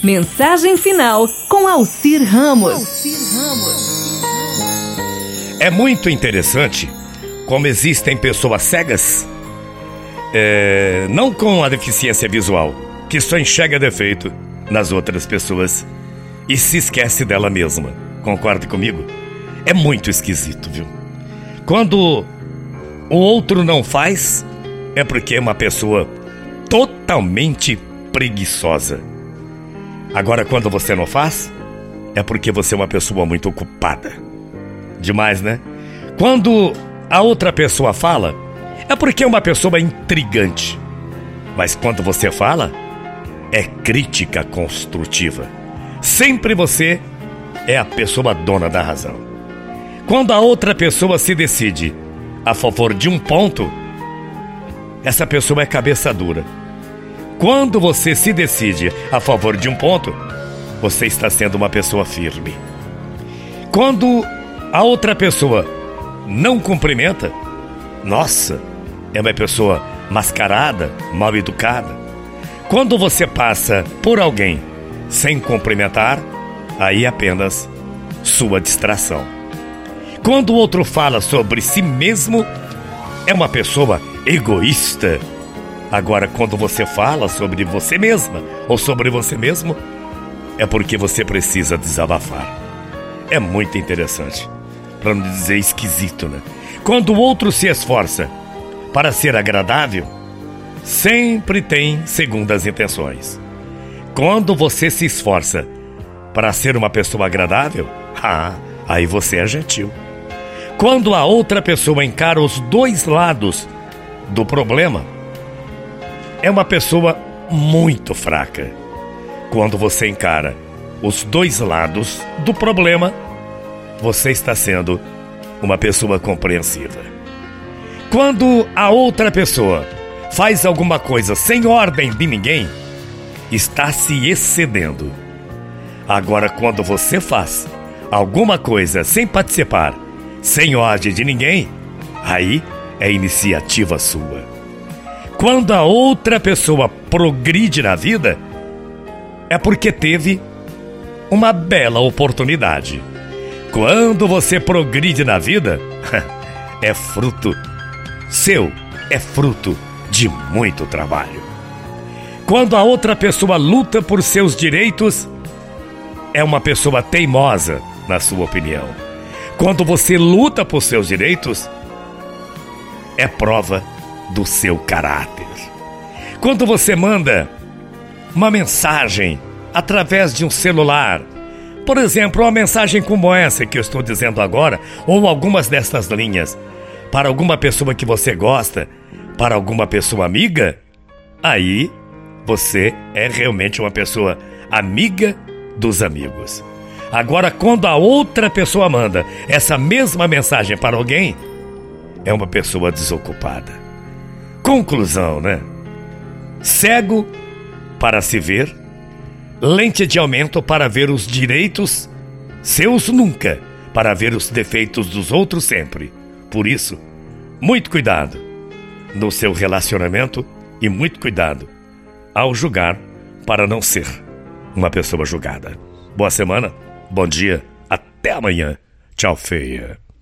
Mensagem final com Alcir Ramos. É muito interessante como existem pessoas cegas, não com a deficiência visual, que só enxerga defeito nas outras pessoas e se esquece dela mesma. Concorda comigo? É muito esquisito, viu? Quando o outro não faz, é porque é uma pessoa totalmente preguiçosa. Agora, quando você não faz, é porque você é uma pessoa muito ocupada. Demais, né? Quando a outra pessoa fala, é porque é uma pessoa intrigante. Mas quando você fala, é crítica construtiva. Sempre você é a pessoa dona da razão. Quando a outra pessoa se decide a favor de um ponto, essa pessoa é cabeça dura. Quando você se decide a favor de um ponto, você está sendo uma pessoa firme. Quando a outra pessoa não cumprimenta, nossa, é uma pessoa mascarada, mal educada. Quando você passa por alguém sem cumprimentar, aí é apenas sua distração. Quando o outro fala sobre si mesmo, é uma pessoa egoísta. Agora, quando você fala sobre você mesma ou sobre você mesmo, é porque você precisa desabafar. É muito interessante, para não dizer esquisito, né? Quando o outro se esforça para ser agradável, sempre tem segundas intenções. Quando você se esforça para ser uma pessoa agradável, aí você é gentil. Quando a outra pessoa encara os dois lados do problema, é uma pessoa muito fraca. Quando você encara os dois lados do problema, você está sendo uma pessoa compreensiva. Quando a outra pessoa faz alguma coisa sem ordem de ninguém, está se excedendo. Agora, quando você faz alguma coisa sem participar, sem ordem de ninguém, aí é iniciativa sua. Quando a outra pessoa progride na vida, é porque teve uma bela oportunidade. Quando você progride na vida, é fruto seu, é fruto de muito trabalho. Quando a outra pessoa luta por seus direitos, é uma pessoa teimosa, na sua opinião. Quando você luta por seus direitos, é prova do seu caráter. Quando você manda uma mensagem através de um celular, por exemplo, uma mensagem como essa que eu estou dizendo agora, ou algumas dessas linhas, para alguma pessoa que você gosta, para alguma pessoa amiga, aí você é realmente uma pessoa amiga dos amigos. Agora, quando a outra pessoa manda essa mesma mensagem para alguém, é uma pessoa desocupada. Conclusão, né? Cego para se ver, lente de aumento para ver os direitos seus nunca, para ver os defeitos dos outros sempre. Por isso, muito cuidado no seu relacionamento e muito cuidado ao julgar para não ser uma pessoa julgada. Boa semana, bom dia, até amanhã. Tchau, feia.